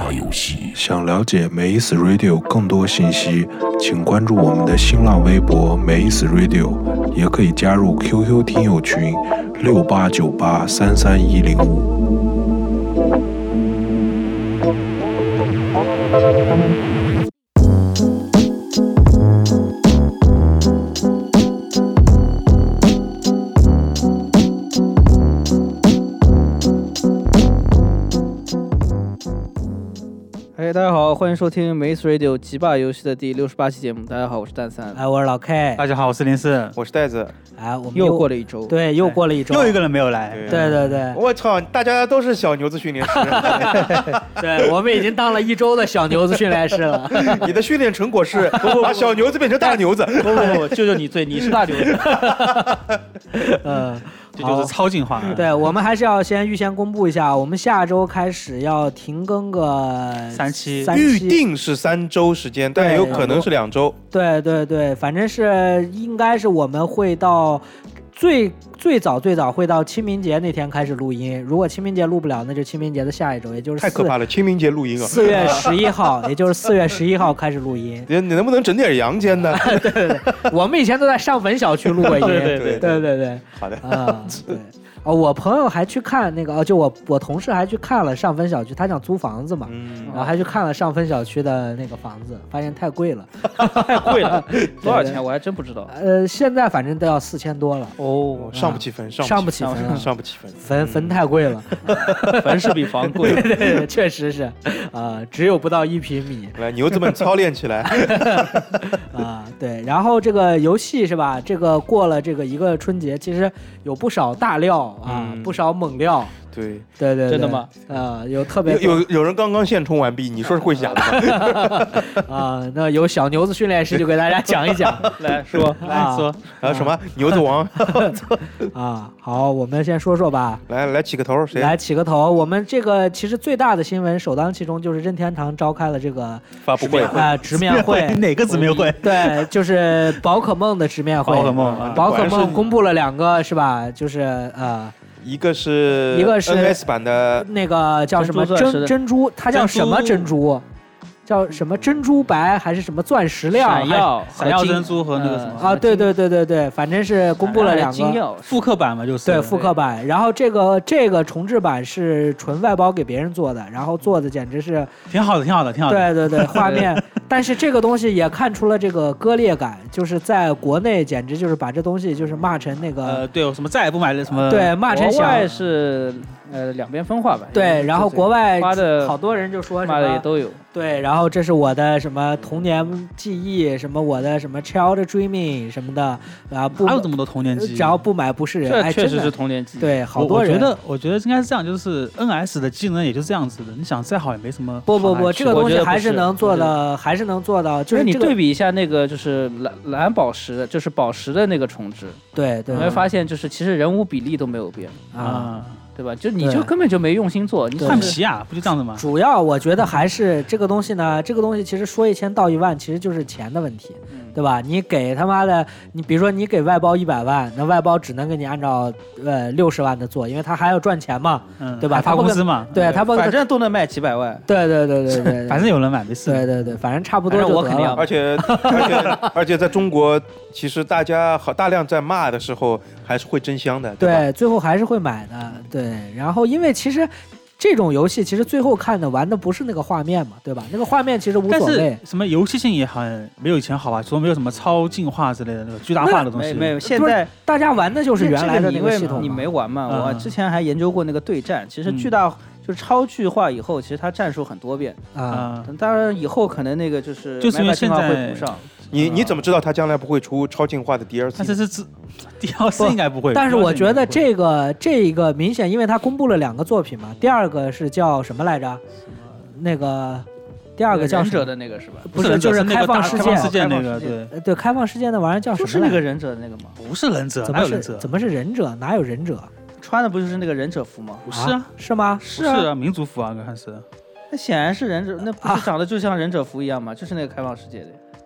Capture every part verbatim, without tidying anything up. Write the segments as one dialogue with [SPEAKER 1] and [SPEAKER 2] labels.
[SPEAKER 1] 游戏。想了解梅意思 Radio 更多信息，请关注我们的新浪微博梅意思 Radio， 也可以加入 Q Q 听友群六八九八三三一零五。
[SPEAKER 2] 哎，大家好，欢迎收听梅意思 Radio 极霸游戏的第六十八期节目。大家好，我是蛋三。
[SPEAKER 3] 哎，我是老 K。
[SPEAKER 4] 大家好，我是林四，
[SPEAKER 5] 我是袋子。
[SPEAKER 3] 哎，我们
[SPEAKER 2] 又过了一周，
[SPEAKER 3] 对，又过了一周，
[SPEAKER 4] 又一个人没有来。
[SPEAKER 3] 对对对，
[SPEAKER 5] 我操，大家都是小牛子训练师。
[SPEAKER 3] 对，我们已经当了一周的小牛子训练师了。
[SPEAKER 5] 你的训练成果是把小牛子变成大牛子。
[SPEAKER 2] 不不不，救救你罪，你是大牛子。
[SPEAKER 3] 嗯。
[SPEAKER 4] 这就是超进化。
[SPEAKER 3] 对，我们还是要先预先公布一下，我们下周开始要停更个
[SPEAKER 4] 三期，
[SPEAKER 5] 预定是三周时间，但有可能是两周。
[SPEAKER 3] 对对对，反正是应该是我们会到最最早最早会到清明节那天开始录音，如果清明节录不了，那就清明节的下一周，也就是
[SPEAKER 5] 太可怕了，清明节录音啊！
[SPEAKER 3] 四月十一号，也就是四月十一号开始录音。
[SPEAKER 5] 你你能不能整点阳间呢？
[SPEAKER 3] 对对对，我们以前都在上坟小区录过音。
[SPEAKER 2] 对对对
[SPEAKER 3] 对对对，
[SPEAKER 5] 好的
[SPEAKER 3] 啊，对。哦，我朋友还去看那个，哦，就我我同事还去看了上分小区，他想租房子嘛，
[SPEAKER 5] 嗯、
[SPEAKER 3] 然后还去看了上分小区的那个房子，发现太贵了，
[SPEAKER 2] 太贵了，多少钱我还真不知道。
[SPEAKER 3] 呃，现在反正都要四千多了。
[SPEAKER 2] 哦，
[SPEAKER 5] 上不起坟，
[SPEAKER 3] 上
[SPEAKER 5] 不
[SPEAKER 3] 起坟，
[SPEAKER 5] 上不起坟，
[SPEAKER 3] 坟坟太贵了，
[SPEAKER 2] 坟是比房贵。
[SPEAKER 3] 对对对，确实是，啊、呃，只有不到一平米。
[SPEAKER 5] 来，牛子们操练起来。
[SPEAKER 3] 啊，对，然后这个游戏是吧？这个过了这个一个春节，其实有不少大料啊，嗯、不少猛料。
[SPEAKER 5] 对
[SPEAKER 3] 对 对, 对，
[SPEAKER 2] 真的吗？
[SPEAKER 3] 啊、呃，有特别
[SPEAKER 5] 有有有人刚刚现充完毕，你说是会假的吗？
[SPEAKER 3] 啊、呃，那有小牛子训练师就给大家讲一讲，
[SPEAKER 2] 来说
[SPEAKER 4] 来说
[SPEAKER 5] 啊什么牛子王
[SPEAKER 3] 啊，好，我们先说说吧。
[SPEAKER 5] 来来起个头，谁
[SPEAKER 3] 来起个头？我们这个其实最大的新闻首当其冲就是任天堂召开了这个
[SPEAKER 5] 发布会
[SPEAKER 3] 啊，直面会，
[SPEAKER 4] 哪个直面会？
[SPEAKER 3] 对，就是宝可梦的直面会。
[SPEAKER 4] 宝可梦，啊、
[SPEAKER 3] 宝可梦公布了两个是吧？就是呃。
[SPEAKER 5] 一个是
[SPEAKER 3] 一个是
[SPEAKER 5] N S 版的
[SPEAKER 3] 那个叫什么珍珍珠，它叫什么珍珠？叫什么珍珠白还是什么钻石亮？
[SPEAKER 2] 闪耀
[SPEAKER 4] 闪耀珍珠和那个什么
[SPEAKER 3] 啊？对对对对对，反正是公布了两个
[SPEAKER 4] 复刻版嘛，就是
[SPEAKER 3] 对复刻版。然后这个这个重制版是纯外包给别人做的，然后做的简直是
[SPEAKER 4] 挺好的，挺好的，挺好的。
[SPEAKER 3] 对对对，画面。但是这个东西也看出了这个割裂感，就是在国内简直就是把这东西就是骂成那个
[SPEAKER 4] 呃，对，什么再也不买了什么，
[SPEAKER 3] 对，骂成
[SPEAKER 2] 国外是呃两边分化吧。
[SPEAKER 3] 对，然后国外
[SPEAKER 2] 发的
[SPEAKER 3] 好多人就说
[SPEAKER 2] 骂的也都有。
[SPEAKER 3] 对，然后这是我的什么童年记忆，什么我的什么 child dreaming 什么的，然后不
[SPEAKER 4] 还有这么多童年记忆，
[SPEAKER 3] 只要不买不是人，
[SPEAKER 2] 这确实是童年记忆。
[SPEAKER 3] 对，好多人。
[SPEAKER 4] 我觉得，我觉得应该是这样，就是 N S 的技能也就这样子的，你想再好也没什么。
[SPEAKER 3] 不不不，这个东西还是能做到，还是能做到。就是
[SPEAKER 2] 你对比一下那个，就是蓝蓝宝石，就是宝石的那个重置，
[SPEAKER 3] 对对，
[SPEAKER 2] 你会发现就是其实人物比例都没有变
[SPEAKER 3] 啊。
[SPEAKER 2] 对吧？就你就根本就没用心做，你
[SPEAKER 4] 换皮啊，不就这样子吗？
[SPEAKER 3] 主要我觉得还是这个东西呢，这个东西其实说一千道一万，其实就是钱的问题，嗯、对吧？你给他妈的，你比如说你给外包一百万，那外包只能给你按照呃六十万的做，因为他还要赚钱嘛，
[SPEAKER 4] 嗯、
[SPEAKER 3] 对吧？
[SPEAKER 4] 发工资嘛，
[SPEAKER 3] 对他不
[SPEAKER 2] 反正都能卖几百万。
[SPEAKER 3] 对对对对对，
[SPEAKER 4] 反正有人买没事。
[SPEAKER 3] 对对对，反正差不多就得了。
[SPEAKER 2] 我肯定要。
[SPEAKER 5] 而且而且而且在中国，其实大家好大量在骂的时候，还是会真香的，对吧？
[SPEAKER 3] 对，最后还是会买的，对。然后因为其实这种游戏其实最后看的玩的不是那个画面嘛，对吧？那个画面其实无所谓。
[SPEAKER 4] 但是什么游戏性也很没有以前好吧？说没有什么超进化之类的那个巨大化的东西。
[SPEAKER 2] 没有，现在
[SPEAKER 3] 大家玩的就是原来的那个系统。
[SPEAKER 2] 你没玩嘛？
[SPEAKER 4] 嗯、
[SPEAKER 2] 我之前还研究过那个对战，其实巨大、嗯、就是超巨化以后，其实它战术很多变
[SPEAKER 3] 啊。
[SPEAKER 2] 嗯、当然以后可能那个就是
[SPEAKER 4] 就是因为现在
[SPEAKER 2] 会补上。
[SPEAKER 5] 你你怎么知道它将来不会出超进化的 D L C？
[SPEAKER 4] 但是是 D L C 应该不会。
[SPEAKER 3] 但是我觉得这个这一个明显，因为它公布了两个作品嘛，第二个是叫什么来着？那个第二个叫
[SPEAKER 2] 忍者的那个是吧？
[SPEAKER 3] 不是，就是开放世界，
[SPEAKER 4] 世界那个对
[SPEAKER 3] 对，开放世界那玩意儿叫什么？
[SPEAKER 2] 是那个忍者的那个吗？
[SPEAKER 4] 不是忍者，
[SPEAKER 3] 怎么是怎么是忍者？哪有忍者？
[SPEAKER 2] 穿的不就是那个忍者服吗？
[SPEAKER 4] 不是啊，
[SPEAKER 3] 是吗？
[SPEAKER 4] 是啊，民族服啊，看是。
[SPEAKER 2] 那显然是忍者，那不是长得就像忍者服一样吗？就是那个开放世界的。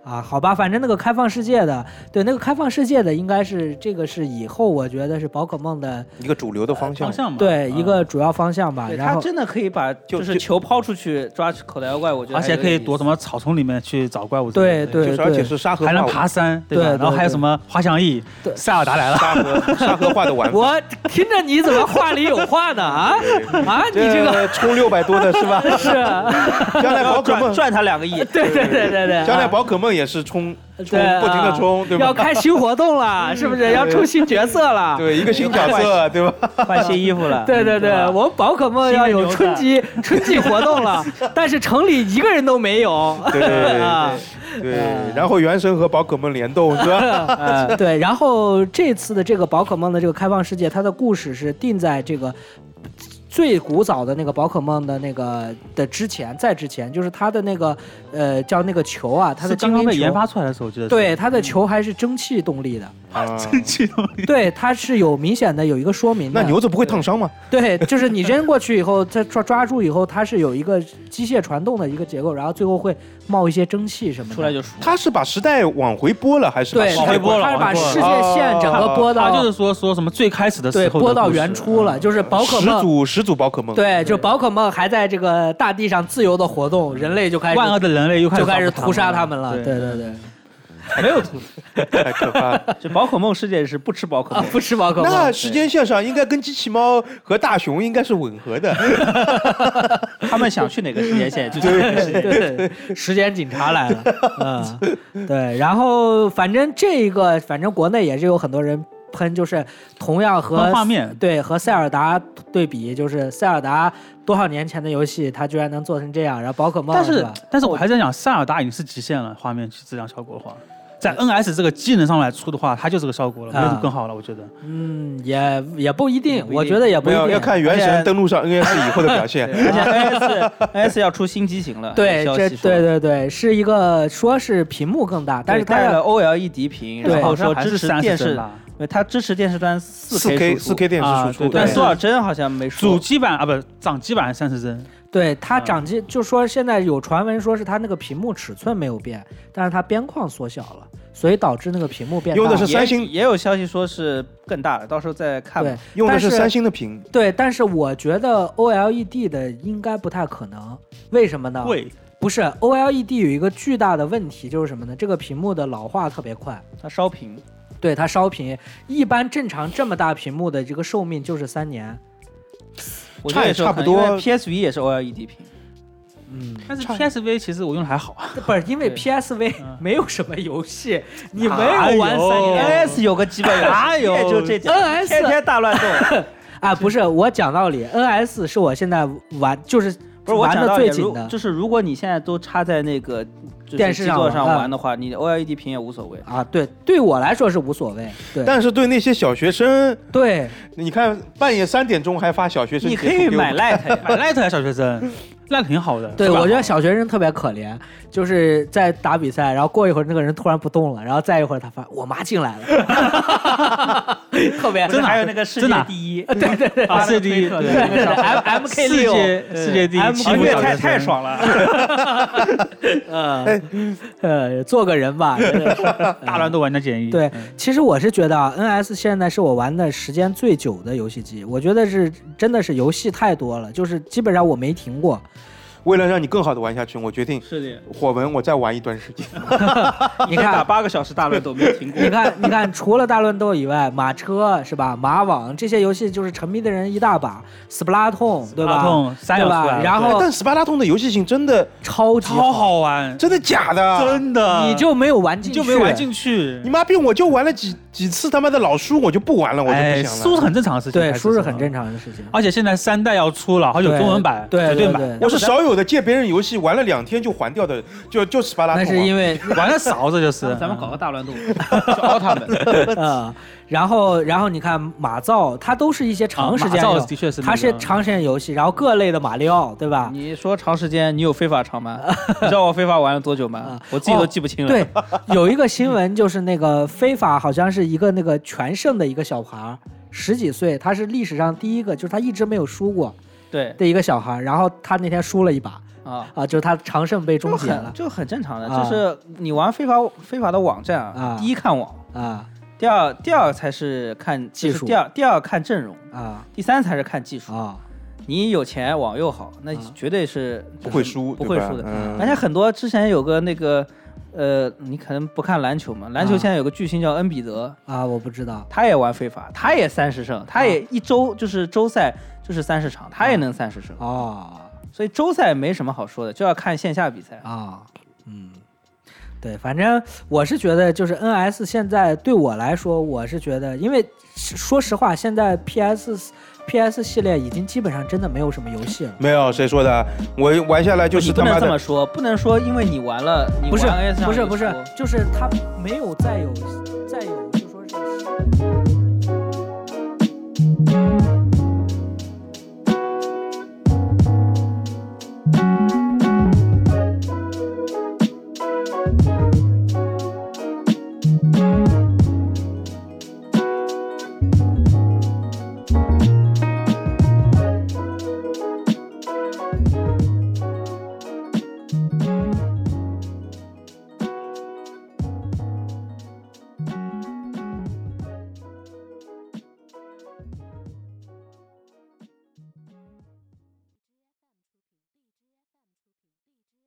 [SPEAKER 3] 啊，好吧，反正那个开放世界的，对，那个开放世界的应该是这个是以后我觉得是宝可梦的
[SPEAKER 5] 一个主流的方向，
[SPEAKER 4] 方向嘛，
[SPEAKER 3] 对、
[SPEAKER 4] 嗯、
[SPEAKER 3] 一个主要方向吧。
[SPEAKER 2] 对，
[SPEAKER 3] 然后
[SPEAKER 2] 他真的可以把就是球抛出去抓口袋妖怪，我觉得
[SPEAKER 4] 而且可以躲什么草丛里面去找怪物，
[SPEAKER 3] 对对，
[SPEAKER 5] 就是而且是沙盒，
[SPEAKER 4] 还能爬山，对吧？
[SPEAKER 3] 对对对
[SPEAKER 4] 然后还有什么滑翔翼，塞尔达来了，
[SPEAKER 5] 沙盒沙盒化的玩法。
[SPEAKER 3] 我听着你怎么话里有话呢啊啊！你这个
[SPEAKER 5] 充六百多的是吧？
[SPEAKER 3] 是，
[SPEAKER 5] 将来宝可梦
[SPEAKER 2] 赚他两个亿，
[SPEAKER 3] 对对对对对，
[SPEAKER 5] 将来宝可梦也是充。冲
[SPEAKER 3] 对，
[SPEAKER 5] 不停的冲，对吧？
[SPEAKER 3] 要开新活动了，是不是？要出新角色了？
[SPEAKER 5] 对，一个新角色，对吧？
[SPEAKER 2] 换新衣服了。
[SPEAKER 3] 对对对，我们宝可梦要有春季春季活动了，但是城里一个人都没有。
[SPEAKER 5] 对对对对，然后原神和宝可梦联动，是吧？
[SPEAKER 3] 对，然后这次的这个宝可梦的这个开放世界，它的故事是定在这个。最古早的那个宝可梦的那个的之前，在之前就是它的那个呃叫那个球啊，它的
[SPEAKER 4] 刚刚被研发出来的时候，我记得
[SPEAKER 3] 对它的球还是蒸汽动力的，
[SPEAKER 5] 啊，
[SPEAKER 4] 蒸汽动力，
[SPEAKER 3] 对，它是有明显的有一个说明的。
[SPEAKER 5] 那牛子不会烫伤吗？
[SPEAKER 3] 对，就是你扔过去以后，再抓抓住以后，它是有一个机械传动的一个结构，然后最后会冒一些蒸汽什么的
[SPEAKER 2] 出来就熟。
[SPEAKER 5] 它是把时代往回拨了，还是
[SPEAKER 3] 对
[SPEAKER 4] 往回拨了？
[SPEAKER 3] 它是把世界线整个拨到，
[SPEAKER 4] 它就是说说什么最开始的时候
[SPEAKER 3] 对拨到原初了，就是宝可梦
[SPEAKER 5] 始祖始祖宝可梦，
[SPEAKER 3] 对。就宝可梦还在这个大地上自由的活动，人类就开始
[SPEAKER 4] 万恶的人类又开始
[SPEAKER 3] 就开始屠杀他们了。
[SPEAKER 4] 对
[SPEAKER 3] 对对对，
[SPEAKER 2] 没有屠，
[SPEAKER 5] 太可怕了。
[SPEAKER 2] 就宝可梦世界是不吃宝可梦，
[SPEAKER 3] 啊、不吃宝可梦。
[SPEAKER 5] 那时间线上应该跟机器猫和大雄应该是吻合的。
[SPEAKER 2] 他们想去哪个时间线就去
[SPEAKER 3] 哪个时间线。对对，时间警察来了。嗯，对。然后反正这个，反正国内也是有很多人。喷就是同样和
[SPEAKER 4] 画面
[SPEAKER 3] 对和塞尔达对比，就是塞尔达多少年前的游戏，它居然能做成这样，然后宝可梦，
[SPEAKER 4] 但是
[SPEAKER 3] 是
[SPEAKER 4] 但是我还在讲塞尔达已经是极限了，画面质量效果的话，在 N S 这个技能上来出的话，它就这个效果了，没有更好了，我觉得。
[SPEAKER 3] 嗯，也也不一定，
[SPEAKER 2] 不一定
[SPEAKER 3] 我觉得也不一定，
[SPEAKER 5] 要看原神登陆上 N S 以后的表现。
[SPEAKER 2] 而且 N S N S 要出新机型了，
[SPEAKER 3] 对，这对对对，是一个说是屏幕更大，但是它
[SPEAKER 2] 带了 O L E D 屏，然后说支持电视。对，它支持电视端四
[SPEAKER 5] K 四 K 电视输出，
[SPEAKER 2] 但多少帧好像没说。
[SPEAKER 4] 主机版啊，不，掌机版三十帧。
[SPEAKER 3] 对，它掌机就说现在有传闻说是它那个屏幕尺寸没有变，但是它边框缩小了，所以导致那个屏幕变大。
[SPEAKER 5] 用的是三星，
[SPEAKER 2] 也有消息说是更大的，到时候再看吧。
[SPEAKER 3] 对，
[SPEAKER 5] 用的是三星的屏。
[SPEAKER 3] 对，但是我觉得 O L E D 的应该不太可能，为什么呢？
[SPEAKER 4] 贵。
[SPEAKER 3] 不是 O L E D 有一个巨大的问题，就是什么呢？这个屏幕的老化特别快，
[SPEAKER 2] 它烧屏。
[SPEAKER 3] 对，它烧屏，一般正常这么大屏幕的这个寿命就是三年，
[SPEAKER 2] 我觉得也
[SPEAKER 5] 差不多。
[SPEAKER 2] P S V 也是 O L E D 屏，
[SPEAKER 3] 嗯，
[SPEAKER 4] 但是 P S V 其实我用的还好啊，
[SPEAKER 3] 不是因为 P S V 没有什么游戏，你没有玩三年
[SPEAKER 2] ，N S 有个基本
[SPEAKER 4] 哪有
[SPEAKER 2] 就这
[SPEAKER 3] N S
[SPEAKER 2] 天天大乱斗
[SPEAKER 3] 啊，不是我讲道理 ，N S 是我现在玩就是
[SPEAKER 2] 不是
[SPEAKER 3] 玩的最紧的，
[SPEAKER 2] 就是如果你现在都插在那个。
[SPEAKER 3] 电视上
[SPEAKER 2] 上玩的话，嗯、你 O L E D 屏也无所谓
[SPEAKER 3] 啊。对，对我来说是无所谓。对，
[SPEAKER 5] 但是对那些小学生，
[SPEAKER 3] 对，
[SPEAKER 5] 你看半夜三点钟还发小学生，
[SPEAKER 2] 你可以买 Lite，
[SPEAKER 4] 买 Lite 还小学生，Lite 挺好的。
[SPEAKER 3] 对，我觉得小学生特别可怜，就是在打比赛，然后过一会儿那个人突然不动了，然后再一会儿他发我妈进来了，特别
[SPEAKER 2] 真的还有那个世界第一，
[SPEAKER 3] 对对对，
[SPEAKER 4] 世界第一，
[SPEAKER 3] 对对 ，M M K 六，
[SPEAKER 4] 世界第一，
[SPEAKER 2] 太太爽了，
[SPEAKER 3] 嗯，呃，做个人吧，
[SPEAKER 4] 大乱斗玩家建议。
[SPEAKER 3] 对，其实我是觉得啊 ，N S 现在是我玩的时间最久的游戏机，我觉得是真的是游戏太多了，就是基本上我没停过。
[SPEAKER 5] 为了让你更好的玩下去，我决定
[SPEAKER 2] 是的，
[SPEAKER 5] 火纹我再玩一段时间。
[SPEAKER 2] 你看打八个小时大乱斗没停过。
[SPEAKER 3] 你看，你看，除了大乱斗以外，马车是吧？马网这些游戏就是沉迷的人一大把。斯普拉痛对吧？对吧？然后，
[SPEAKER 5] 但斯巴达通的游戏性真的
[SPEAKER 3] 超级
[SPEAKER 4] 超好玩，
[SPEAKER 5] 真的假的？
[SPEAKER 4] 真的，
[SPEAKER 3] 你就没有玩进去，
[SPEAKER 4] 你就没玩进去。
[SPEAKER 5] 你妈逼，我就玩了几几次他妈的老输，我就不玩了，我就不想了。
[SPEAKER 4] 输是很正常的事情，
[SPEAKER 3] 对，输是很正常的事情。
[SPEAKER 4] 而且现在三代要出了，还有中文版、
[SPEAKER 3] 对
[SPEAKER 4] 对版。
[SPEAKER 5] 我是少有的借别人游戏玩了两天就还掉的，就就斯巴达通。
[SPEAKER 3] 那是因为
[SPEAKER 4] 玩的少，这就是。
[SPEAKER 2] 咱们搞个大乱斗，凹他们。
[SPEAKER 3] 啊，然后然后你看马造，它都是一些长时间，
[SPEAKER 4] 马造的确是，
[SPEAKER 3] 它是长时间游戏，然后各类的马里奥，对吧？
[SPEAKER 2] 你说长时间，你有非法长吗？你知道我非法玩了多久吗？我自己都记不清了。
[SPEAKER 3] 对，有一个新闻就是那个非法好像是一个那个全胜的一个小孩，十几岁，他是历史上第一个，就是他一直没有输过，
[SPEAKER 2] 对
[SPEAKER 3] 的一个小孩，然后他那天输了一把。
[SPEAKER 2] 啊
[SPEAKER 3] 啊，就是它常胜被终结了，
[SPEAKER 2] 就很正常的，
[SPEAKER 3] 啊、
[SPEAKER 2] 就是你玩非法非法的网站
[SPEAKER 3] 啊，
[SPEAKER 2] 第一看网
[SPEAKER 3] 啊，
[SPEAKER 2] 第二第二才是看
[SPEAKER 3] 技术，
[SPEAKER 2] 第二第二看阵容
[SPEAKER 3] 啊，
[SPEAKER 2] 第三才是看技术
[SPEAKER 3] 啊。
[SPEAKER 2] 你有钱网又好，那绝对是
[SPEAKER 5] 不会输，
[SPEAKER 2] 不会输的。
[SPEAKER 5] 嗯、
[SPEAKER 2] 而且很多之前有个那个。呃，你可能不看篮球嘛？篮球现在有个巨星叫恩比德
[SPEAKER 3] 啊，我不知道，
[SPEAKER 2] 他也玩非法，他也三十胜，他也一周就是周赛就是三十场，他也能三十胜
[SPEAKER 3] 哦。
[SPEAKER 2] 所以周赛没什么好说的，就要看线下比赛
[SPEAKER 3] 啊。嗯，对，反正我是觉得，就是 N S 现在对我来说，我是觉得，因为说实话，现在 P S。P S 系列已经基本上真的没有什么游戏了。
[SPEAKER 5] 没有，谁说的？我玩下来就是他妈的。
[SPEAKER 2] 你不能这么说，不能说因为你玩了，你
[SPEAKER 3] 不是
[SPEAKER 2] 玩 N S
[SPEAKER 3] 不是不是，就是它没有再有再有就说是。